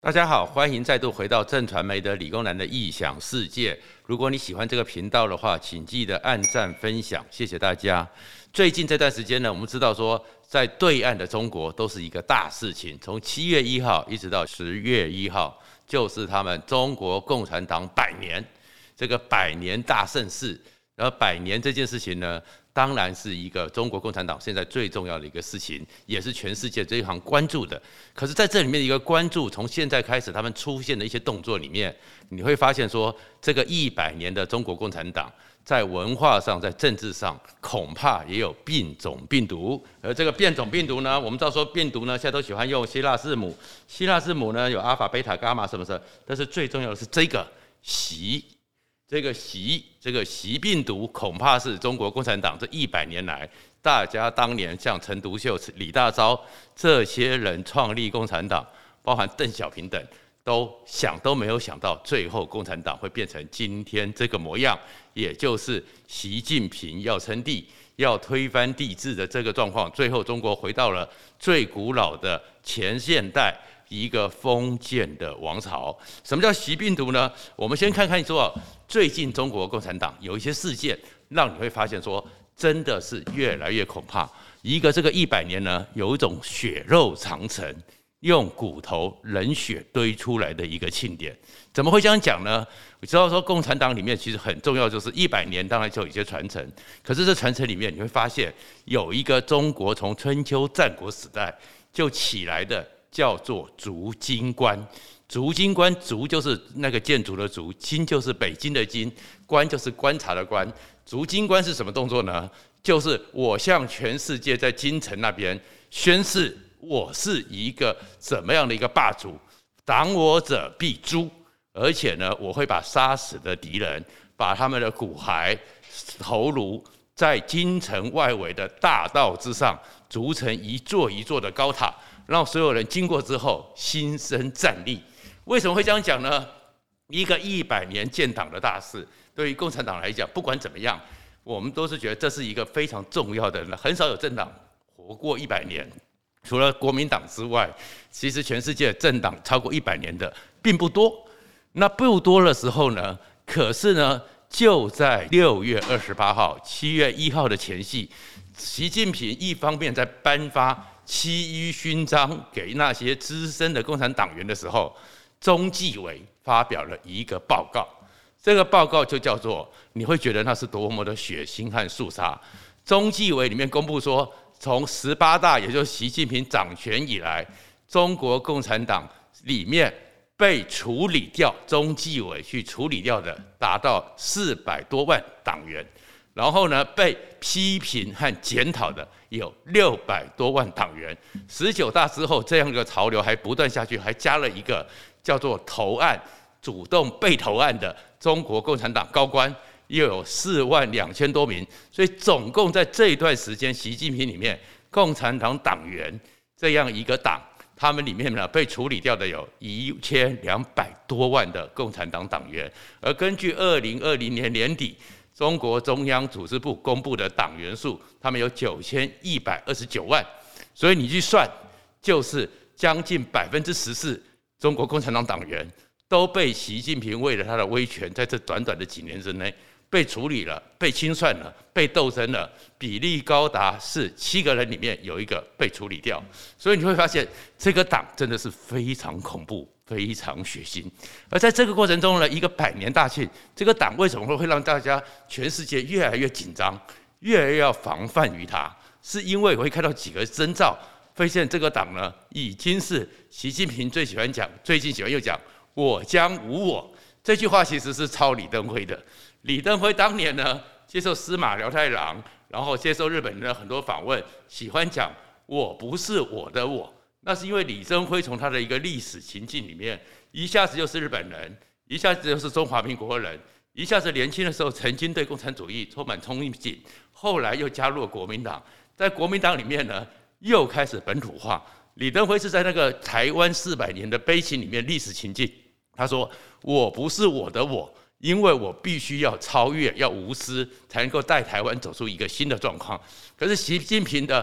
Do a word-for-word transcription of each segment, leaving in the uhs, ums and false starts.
大家好，欢迎再度回到震传媒的理工男的异想世界。如果你喜欢这个频道的话，请记得按赞分享，谢谢大家。最近这段时间呢，我们知道说，在对岸的中国都是一个大事情，从七月一号一直到十月一号，就是他们中国共产党百年这个百年大盛事。然后百年这件事情呢，当然是一个中国共产党现在最重要的一个事情，也是全世界最常关注的。可是在这里面一个关注，从现在开始他们出现的一些动作里面，你会发现说，这个一百年的中国共产党在文化上、在政治上，恐怕也有变种病毒。而这个变种病毒呢，我们知道说病毒呢，现在都喜欢用希腊字母，希腊字母呢有阿法、贝塔、伽马什么什么，但是最重要的是这个习。这个习这个习病毒恐怕是中国共产党这一百年来，大家当年像陈独秀、李大钊这些人创立共产党，包含邓小平等，都想都没有想到，最后共产党会变成今天这个模样，也就是习近平要称帝、要推翻帝制的这个状况。最后，中国回到了最古老的前现代。一个封建的王朝。什么叫习病毒呢？我们先看看说，最近中国共产党有一些事件，让你会发现说，真的是越来越恐怕。一个这个一百年呢，有一种血肉长城，用骨头、人血堆出来的一个庆典。怎么会这样讲呢？我知道说，共产党里面其实很重要，就是一百年，当然就有一些传承。可是这传承里面，你会发现有一个中国从春秋战国时代就起来的。叫做竹金观，竹金观，竹就是那个建筑的竹，金就是北京的金，观就是观察的观。竹金观是什么动作呢？就是我向全世界在京城那边宣誓，我是一个怎么样的一个霸主，挡我者必诛，而且呢，我会把杀死的敌人，把他们的骨骸、头颅，在京城外围的大道之上，筑成一座一座的高塔。让所有人经过之后心生战栗。为什么会这样讲呢？一个一百年建党的大事，对于共产党来讲，不管怎么样，我们都是觉得这是一个非常重要的。很少有政党活过一百年，除了国民党之外，其实全世界政党超过一百年的并不多。那不多的时候呢，可是呢，就在六月二十八号、七月一号的前夕，习近平一方面在颁发七一勋章给那些资深的共产党员的时候，中纪委发表了一个报告。这个报告就叫做，你会觉得那是多么的血腥和肃杀。中纪委里面公布说，从十八大，也就是习近平掌权以来，中国共产党里面被处理掉，中纪委去处理掉的达到四百多万党员。然后呢，被批评和检讨的有六百多万党员。十九大之后，这样一个潮流还不断下去，还加了一个叫做投案、主动被投案的中国共产党高官，又有四万两千多名。所以总共在这一段时间，习近平里面共产党党员这样一个党，他们里面呢被处理掉的有一千两百多万的共产党党员。而根据二零二零年年底中国中央组织部公布的党员数，他们有九千一百二十九万，所以你去算，就是将近百分之十四中国共产党党员都被习近平为了他的威权，在这短短的几年之内被处理了、被清算了、被斗争了，比例高达是七个人里面有一个被处理掉。所以你会发现，这个党真的是非常恐怖。非常血腥。而在这个过程中呢，一个百年大庆，这个党为什么会让大家全世界越来越紧张，越来越要防范于它？是因为我会看到几个征兆，发现这个党呢，已经是习近平最喜欢讲，最近喜欢又讲“我将无我”这句话，其实是抄李登辉的。李登辉当年呢，接受司马辽太郎，然后接受日本人的很多访问，喜欢讲“我不是我的我”。那是因为李登辉从他的一个历史情境里面，一下子又是日本人，一下子又是中华民国人，一下子年轻的时候曾经对共产主义充满憧憬，后来又加入了国民党，在国民党里面呢，又开始本土化。李登辉是在那个台湾四百年的悲情里面历史情境，他说：“我不是我的我，因为我必须要超越，要无私，才能够带台湾走出一个新的状况。”可是习近平的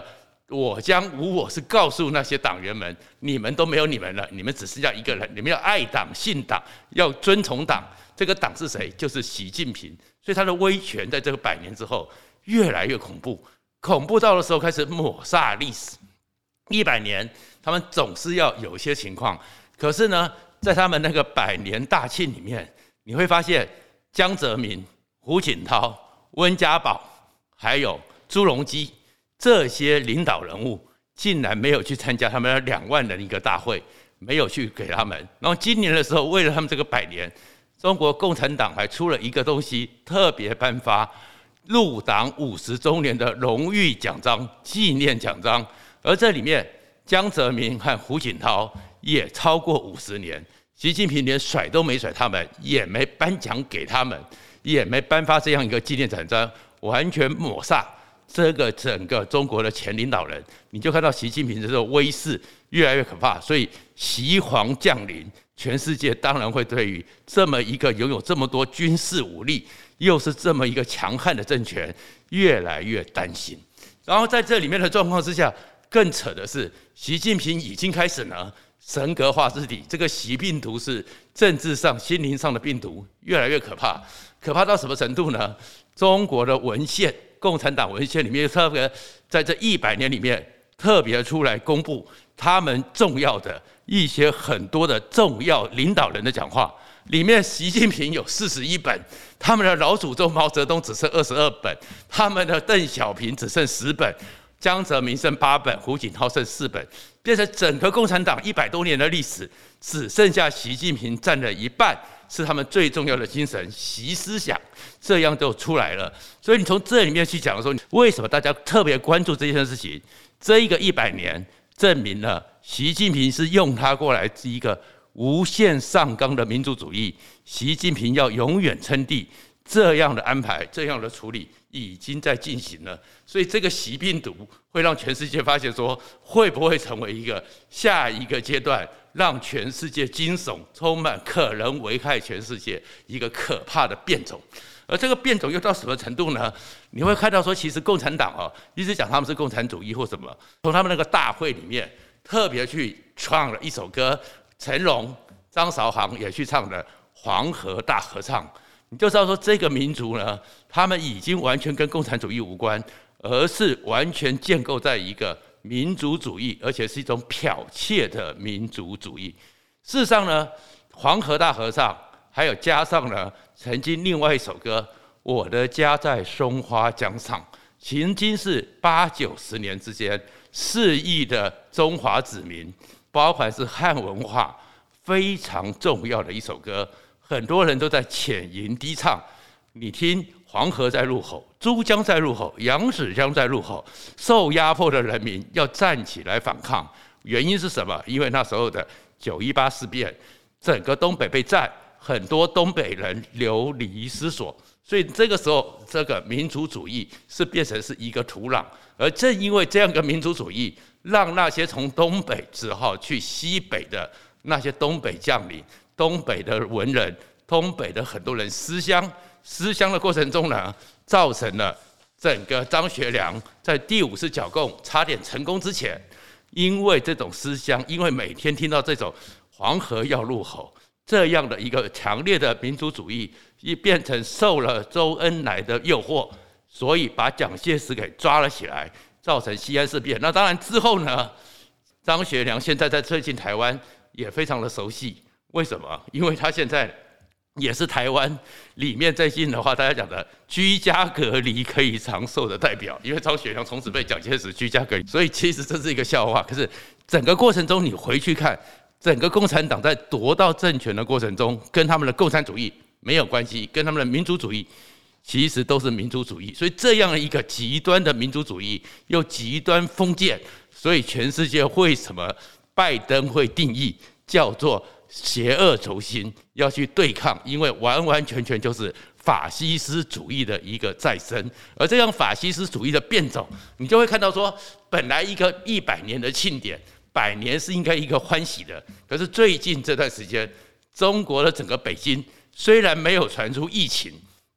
我将无我，是告诉那些党员们，你们都没有你们了，你们只剩下一个人，你们要爱党、信党，要遵从党。这个党是谁？就是习近平。所以他的威权在这个百年之后越来越恐怖，恐怖到的时候开始抹煞历史。一百年，他们总是要有一些情况，可是呢，在他们那个百年大庆里面，你会发现江泽民、胡锦涛、温家宝，还有朱镕基这些领导人物，竟然没有去参加他们两万人一个大会，没有去给他们。然后今年的时候，为了他们这个百年，中国共产党还出了一个东西，特别颁发入党五十周年的荣誉奖章、纪念奖章。而这里面，江泽民和胡锦涛也超过五十年，习近平连甩都没甩他们，也没颁奖给他们，也没颁发这样一个纪念奖章，完全抹煞这个整个中国的前领导人。你就看到习近平的这种威势越来越可怕，所以习皇降临，全世界当然会对于这么一个拥有这么多军事武力，又是这么一个强悍的政权，越来越担心。然后在这里面的状况之下，更扯的是，习近平已经开始呢神格化自己。这个习病毒是政治上、心灵上的病毒，越来越可怕。可怕到什么程度呢？中国的文献，共产党文献里面特别在这一百年里面特别出来公布他们重要的一些很多的重要领导人的讲话，里面习近平有四十一本，他们的老祖宗毛泽东只剩二十二本，他们的邓小平只剩十本。江泽民剩八本，胡锦涛剩四本，变成整个共产党一百多年的历史，只剩下习近平占了一半，是他们最重要的精神习思想，这样就出来了。所以你从这里面去讲说，为什么大家特别关注这件事情？这一个一百年证明了习近平是用他过来是一个无限上纲的民族主义，习近平要永远称帝，这样的安排，这样的处理已经在进行了。所以这个习病毒会让全世界发现说，会不会成为一个下一个阶段，让全世界惊悚、充满可能危害全世界一个可怕的变种。而这个变种又到什么程度呢？你会看到说，其实共产党哦，一直讲他们是共产主义或什么，从他们那个大会里面特别去唱了一首歌，成龙、张韶涵也去唱了《黄河大合唱》。你就知道说，这个民族呢，他们已经完全跟共产主义无关，而是完全建构在一个民族主义，而且是一种剽窃的民族主义。事实上呢，黄河大合唱还有加上呢，曾经另外一首歌《我的家在松花江上》，曾经是八九十年之间，四亿的中华子民，包含是汉文化非常重要的一首歌。很多人都在浅吟低唱，你听黄河在怒吼，珠江在怒吼，扬子江在怒吼，受压迫的人民要站起来反抗。原因是什么？因为那时候的九一八事变，整个东北被占，很多东北人流离失所，所以这个时候这个民族主义是变成是一个土壤。而正因为这样一个民族主义，让那些从东北只好去西北的那些东北将领、东北的文人、东北的很多人思乡，思乡的过程中呢，造成了整个张学良在第五次剿共差点成功之前，因为这种思乡，因为每天听到这种黄河要怒吼这样的一个强烈的民族主义，也变成受了周恩来的诱惑，所以把蒋介石给抓了起来，造成西安事变。那当然之后呢，张学良现在在最近台湾也非常的熟悉。为什么？因为他现在也是台湾里面最近的话，大家讲的居家隔离可以长寿的代表。因为张学良从此被蒋介石居家隔离，所以其实这是一个笑话。可是整个过程中，你回去看，整个共产党在夺到政权的过程中，跟他们的共产主义没有关系，跟他们的民族主义其实都是民族主义。所以这样一个极端的民族主义又极端封建，所以全世界为什么拜登会定义叫做邪恶轴心，要去对抗，因为完完全全就是法西斯主义的一个再生。而这样法西斯主义的变种，你就会看到说，本来一个一百年的庆典，百年是应该一个欢喜的，可是最近这段时间，中国的整个北京虽然没有传出疫情，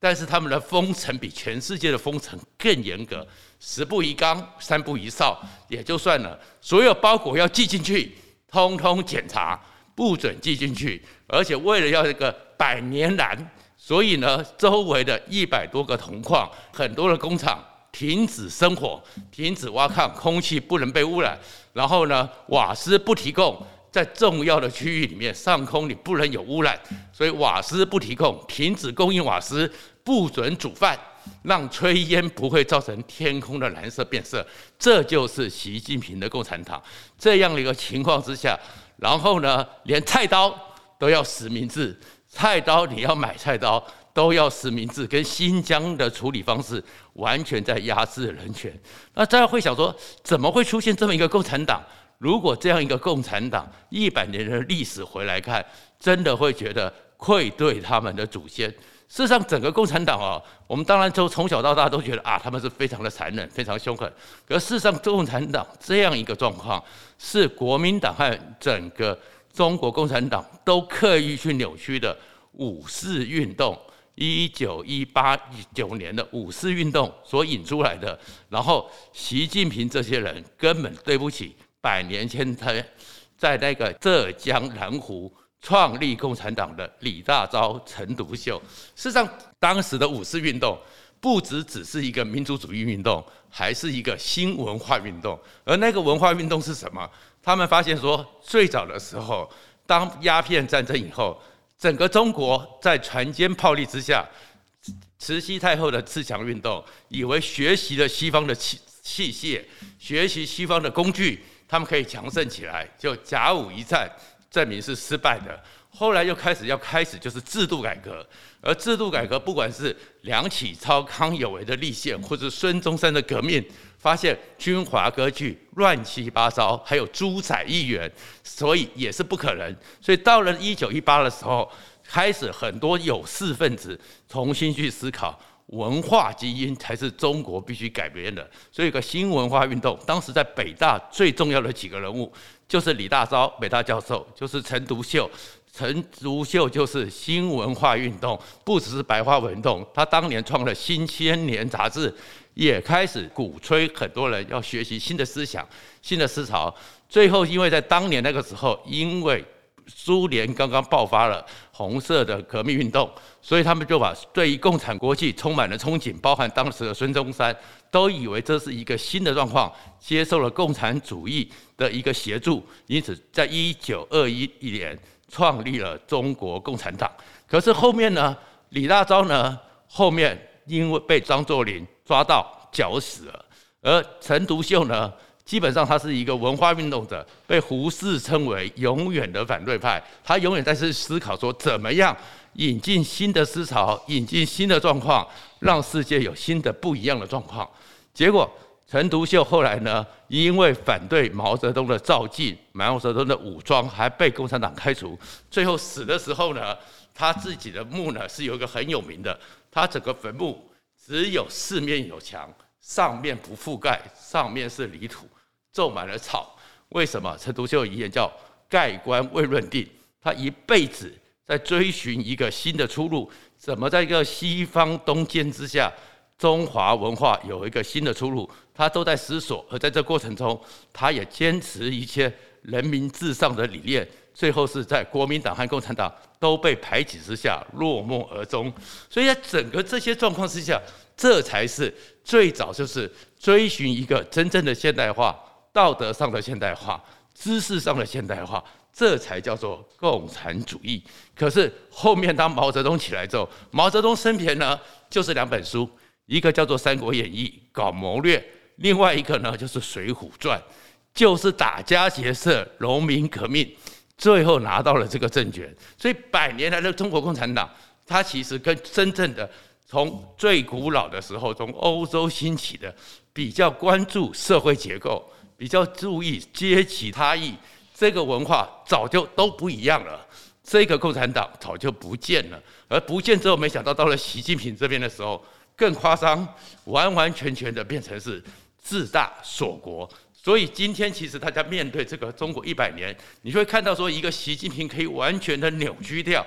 但是他们的封城比全世界的封城更严格，十步一岗，三步一哨也就算了，所有包裹要寄进去，通通检查，不准寄进去。而且为了要这个百年蓝，所以呢，周围的一百多个铜矿，很多的工厂停止生火，停止挖矿，空气不能被污染。然后呢，瓦斯不提供，在重要的区域里面，上空你不能有污染，所以瓦斯不提供，停止供应瓦斯，不准煮饭，让炊烟不会造成天空的蓝色变色。这就是习近平的共产党。这样的一个情况之下，然后呢，连菜刀都要实名制，菜刀你要买菜刀都要实名制，跟新疆的处理方式完全在压制人权。那大家会想说，怎么会出现这么一个共产党？如果这样一个共产党一百年的历史回来看，真的会觉得愧对他们的祖先。事实上，整个共产党哦，我们当然都从小到大都觉得啊，他们是非常的残忍、非常凶狠。可事实上，共产党这样一个状况，是国民党和整个中国共产党都刻意去扭曲的五四运动，一九一八九年的五四运动所引出来的。然后，习近平这些人根本对不起百年前在在那个浙江南湖创立共产党的李大钊、陈独秀。事实上，当时的五四运动不只只是一个民族主义运动，还是一个新文化运动。而那个文化运动是什么？他们发现说，最早的时候，当鸦片战争以后，整个中国在船坚炮利之下，慈禧太后的自强运动，以为学习了西方的器器械，学习西方的工具，他们可以强盛起来，就甲午一战证明是失败的。后来又开始要开始就是制度改革，而制度改革不管是梁启超、康有为的立宪，或者孙中山的革命，发现军阀割据乱七八糟，还有猪仔议员，所以也是不可能。所以到了一九一八的时候，开始很多有识分子重新去思考，文化基因才是中国必须改变的。所以有个新文化运动，当时在北大最重要的几个人物，就是李大钊北大教授，就是陈独秀。陈独秀就是新文化运动，不只是白话文运动，他当年创了《新千年》杂志，也开始鼓吹很多人要学习新的思想、新的思潮。最后，因为在当年那个时候，因为苏联刚刚爆发了红色的革命运动，所以他们就把对于共产国际充满了憧憬，包含当时的孙中山都以为这是一个新的状况，接受了共产主义的一个协助，因此在一九二一年创立了中国共产党。可是后面呢，李大钊呢，后面因为被张作霖抓到绞死了，而陈独秀呢，基本上他是一个文化运动者，被胡适称为永远的反对派。他永远在思考说，怎么样引进新的思潮，引进新的状况，让世界有新的不一样的状况。结果陈独秀后来呢，因为反对毛泽东的照进、毛泽东的武装，还被共产党开除。最后死的时候呢，他自己的墓呢是有一个很有名的，他整个坟墓只有四面有墙，上面不覆盖，上面是泥土，种满了草。为什么？陈独秀遗言叫“盖棺未论定”，他一辈子在追寻一个新的出路，怎么在一个西方东渐之下，中华文化有一个新的出路，他都在思索。而在这过程中，他也坚持一些人民至上的理念，最后是在国民党和共产党都被排挤之下落寞而终。所以在整个这些状况之下，这才是最早就是追寻一个真正的现代化，道德上的现代化，知识上的现代化，这才叫做共产主义。可是后面当毛泽东起来之后，毛泽东生平呢就是两本书，一个叫做《三国演义》搞谋略，另外一个呢就是《水浒传》，就是打家劫舍、农民革命，最后拿到了这个政权。所以百年来的中国共产党，它其实跟真正的从最古老的时候，从欧洲兴起的比较关注社会结构，比较注意阶级差异，这个文化早就都不一样了。这个共产党早就不见了，而不见之后，没想到到了习近平这边的时候更夸张，完完全全的变成是自大锁国。所以今天其实大家面对这个中国一百年，你就会看到说，一个习近平可以完全的扭曲掉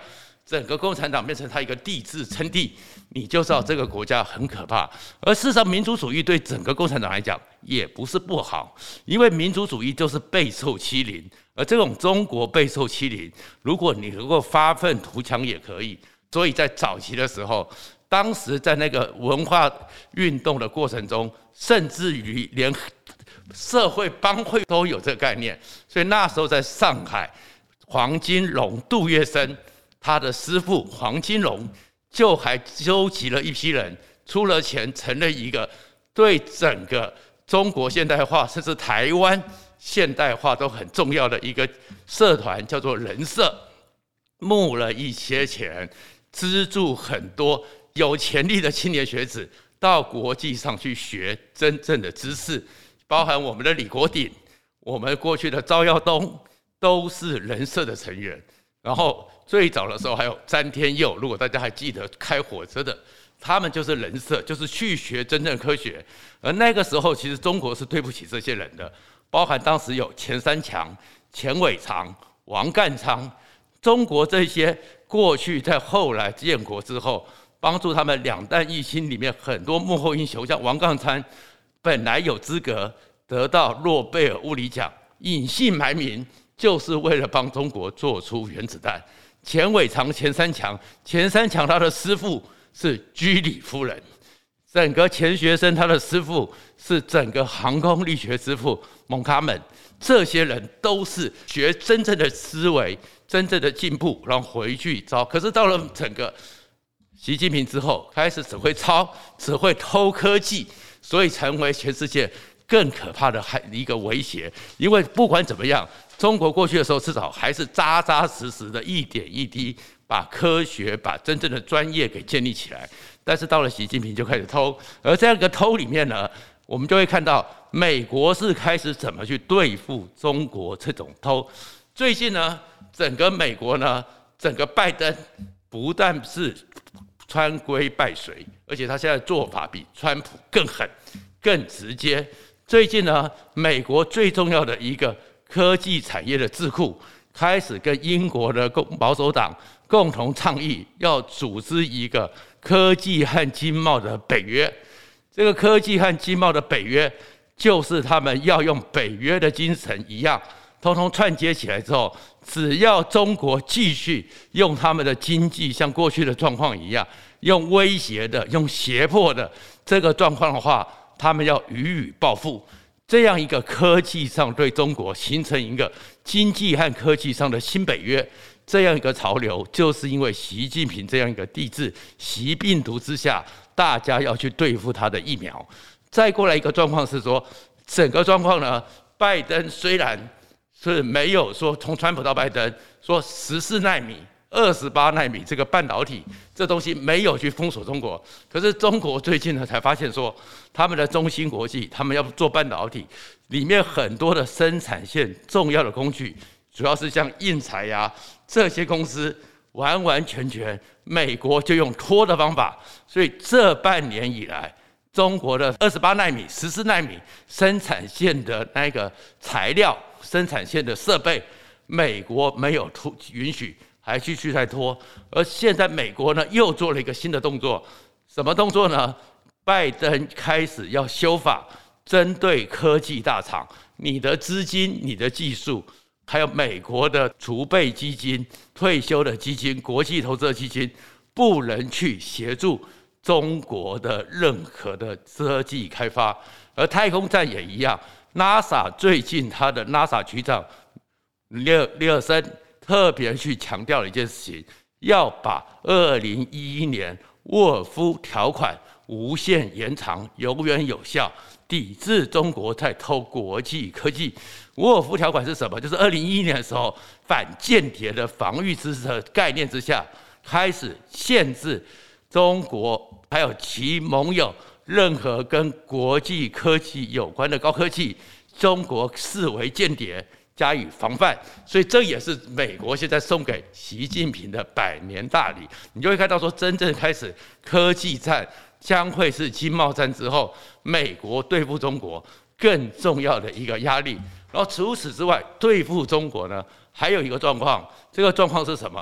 整个共产党变成他一个帝制称帝，你就知道这个国家很可怕。而事实上，民族主义对整个共产党来讲也不是不好，因为民族主义就是备受欺凌，而这种中国备受欺凌，如果你能够发愤图强也可以。所以在早期的时候，当时在那个文化运动的过程中，甚至于连社会帮会都有这个概念。所以那时候在上海，黄金荣、杜月笙他的师父黄金荣就还纠集了一批人，出了钱，成了一个对整个中国现代化甚至台湾现代化都很重要的一个社团，叫做人社，募了一些钱，资助很多有潜力的青年学子到国际上去学真正的知识，包含我们的李国鼎，我们过去的赵耀东都是人社的成员。然后最早的时候还有詹天佑，如果大家还记得开火车的，他们就是人社，就是去学真正科学。而那个时候其实中国是对不起这些人的，包含当时有钱三强、钱伟长、王淦昌，中国这些过去在后来建国之后帮助他们两弹一星里面很多幕后英雄，像王淦昌本来有资格得到诺贝尔物理奖，隐姓埋名就是为了帮中国做出原子弹。钱伟长、钱三强，钱三强他的师父是居里夫人，整个钱学森他的师父是整个航空力学之父蒙卡门，这些人都是学真正的思维、真正的进步，然后回去招。可是到了整个习近平之后，开始只会抄，只会偷科技，所以成为全世界更可怕的一个威胁。因为不管怎么样，中国过去的时候至少还是扎扎实实的一点一滴把科学、把真正的专业给建立起来。但是到了习近平就开始偷，而这样一个偷里面呢，我们就会看到美国是开始怎么去对付中国这种偷。最近呢，整个美国呢，整个拜登不但是川规败随，而且他现在做法比川普更狠、更直接。最近呢，美国最重要的一个科技产业的智库开始跟英国的保守党共同倡议，要组织一个科技和经贸的北约。这个科技和经贸的北约，就是他们要用北约的精神一样，通通串接起来之后，只要中国继续用他们的经济像过去的状况一样，用威胁的、用胁迫的这个状况的话，他们要予以报复。这样一个科技上对中国形成一个经济和科技上的新北约，这样一个潮流，就是因为习近平这样一个帝制习病毒之下，大家要去对付他的疫苗。再过来一个状况是说，整个状况呢，拜登虽然是没有说从川普到拜登说十四奈米、二十八奈米这个半导体这东西没有去封锁中国，可是中国最近呢才发现说，他们的中芯国际他们要做半导体，里面很多的生产线重要的工具，主要是像印材呀、啊、这些公司，完完全全美国就用拖的方法，所以这半年以来，中国的二十八奈米、十四奈米生产线的那个材料、生产线的设备，美国没有允许，还继续在拖。而现在美国呢又做了一个新的动作，什么动作呢？拜登开始要修法，针对科技大厂，你的资金、你的技术，还有美国的储备基金、退休的基金、国际投资的基金，不能去协助中国的任何的科技开发。而太空站也一样 ，NASA 最近他的 NASA 局长利尔利尔森特别去强调了一件事情，要把二零一一年沃尔夫条款无限延长，永远有效，抵制中国在偷国际科技。沃尔夫条款是什么？就是二零一一年的时候，反间谍的防御知识的概念之下，开始限制中国还有其盟友任何跟国际科技有关的高科技，中国视为间谍，加以防范。所以这也是美国现在送给习近平的百年大礼。你就会看到说，真正开始科技战将会是经贸战之后，美国对付中国更重要的一个压力。然后除此之外，对付中国呢，还有一个状况，这个状况是什么？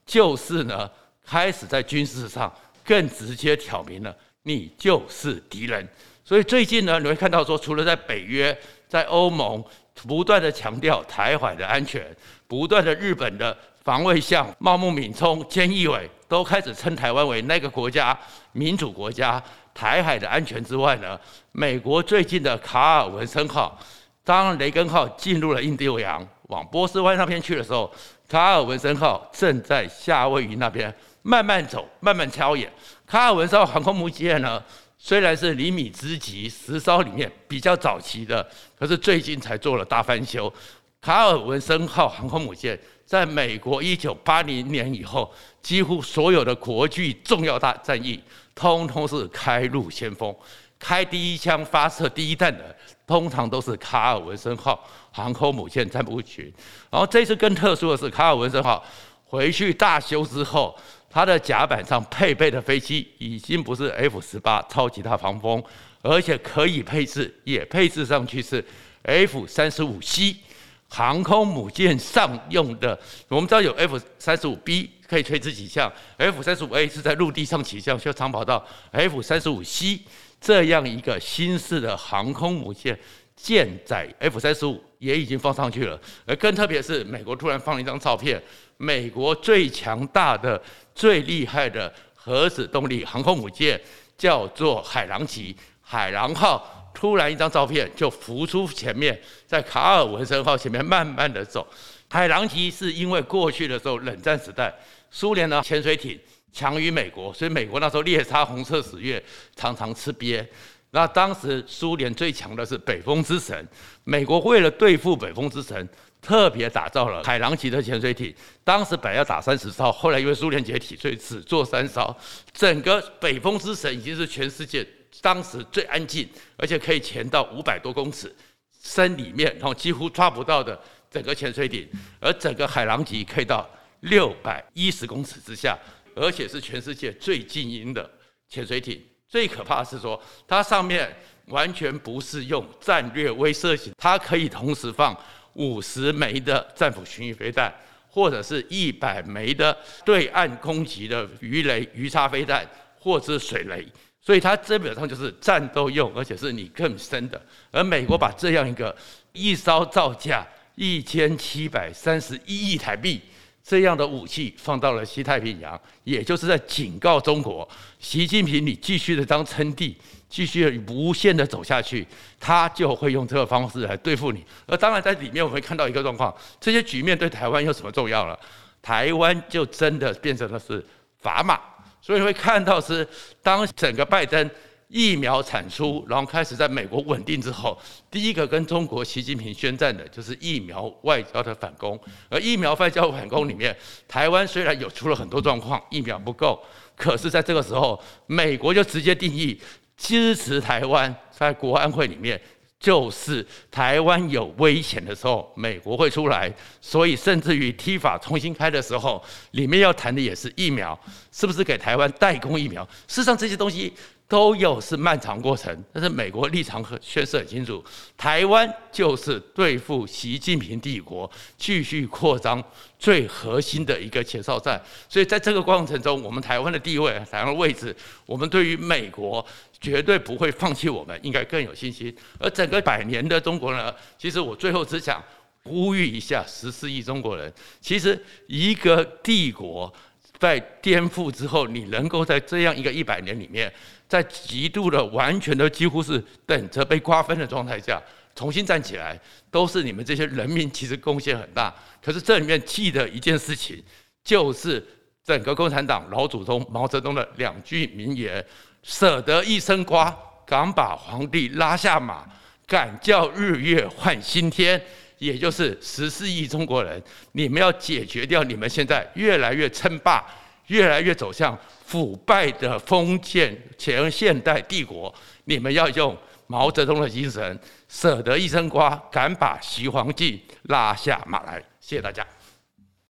就是呢，开始在军事上更直接挑明了，你就是敌人。所以最近呢，你会看到说，除了在北约、在欧盟不断的强调台海的安全，不断的日本的防卫相茂木敏充、菅义伟都开始称台湾为那个国家、民主国家、台海的安全之外呢，美国最近的卡尔文森号，当雷根号进入了印度洋，往波斯湾那边去的时候，卡尔文森号正在夏威夷那边慢慢走，慢慢挑眼。卡尔文森号航空母舰呢，虽然是厘米之级十艘里面比较早期的，可是最近才做了大翻修。卡尔文森号航空母舰在美国一九八零年以后，几乎所有的国际重要大战役，通通是开路先锋，开第一枪、发射第一弹的，通常都是卡尔文森号航空母舰战步群。然后这次更特殊的是，卡尔文森号回去大修之后，它的甲板上配备的飞机已经不是 F 十八 超级大黄蜂，而且可以配置，也配置上去是 F 三十五 C。航空母舰上用的，我们知道有 F 三十五 B 可以垂直起降 ，F 三十五 A 是在陆地上起降，需要长跑道 ，F 三十五 C 这样一个新式的航空母舰舰载 F 三十五也已经放上去了。而更特别是，美国突然放了一张照片，美国最强大的、最厉害的核子动力航空母舰叫做海狼级，海狼号。突然一张照片就浮出前面，在卡尔文森号前面慢慢的走。海狼级是因为过去的时候冷战时代，苏联的潜水艇强于美国，所以美国那时候猎杀红色十月常常吃瘪。那当时苏联最强的是北风之神，美国为了对付北风之神，特别打造了海狼级的潜水艇。当时本来要打三十艘，后来因为苏联解体，所以只做三艘。整个北风之神已经是全世界当时最安静，而且可以潜到五百多公尺深里面，然后几乎抓不到的整个潜水艇。而整个海狼级可以到六百一十公尺之下，而且是全世界最静音的潜水艇。最可怕的是说，它上面完全不是用战略威慑型，它可以同时放五十枚的战斧巡弋飞弹，或者是一百枚的对岸攻击的鱼雷、鱼叉飞弹，或者是水雷。所以它基本上就是战斗用，而且是你更深的。而美国把这样一个一艘造价一千七百三十一亿台币这样的武器放到了西太平洋，也就是在警告中国，习近平你继续的当称帝，继续的无限的走下去，他就会用这个方式来对付你。而当然在里面我们会看到一个状况，这些局面对台湾有什么重要了？台湾就真的变成了是砝码。所以会看到是，当整个拜登疫苗产出，然后开始在美国稳定之后，第一个跟中国习近平宣战的就是疫苗外交的反攻。而疫苗外交反攻里面，台湾虽然有出了很多状况，疫苗不够，可是在这个时候，美国就直接定义支持台湾，在国安会里面。就是台湾有危险的时候，美国会出来，所以甚至于 T 法重新开的时候，里面要谈的也是疫苗，是不是给台湾代工疫苗？事实上这些东西都有是漫长过程，但是美国立场宣示很清楚，台湾就是对付习近平帝国继续扩张最核心的一个前哨战。所以在这个过程中，我们台湾的地位、台湾的位置，我们对于美国绝对不会放弃，我们应该更有信心。而整个百年的中国呢，其实我最后只想呼吁一下十四亿中国人，其实一个帝国在颠覆之后，你能够在这样一个一百年里面，在极度的完全的几乎是等着被瓜分的状态下重新站起来，都是你们这些人民其实贡献很大。可是这里面记得一件事情，就是整个共产党老祖宗毛泽东的两句名言：舍得一身瓜，敢把皇帝拉下马，敢叫日月换新天。也就是十四亿中国人，你们要解决掉你们现在越来越称霸、越来越走向腐败的封建前现代帝国，你们要用毛泽东的精神，舍得一身瓜，敢把习黄帝拉下马来。谢谢大家。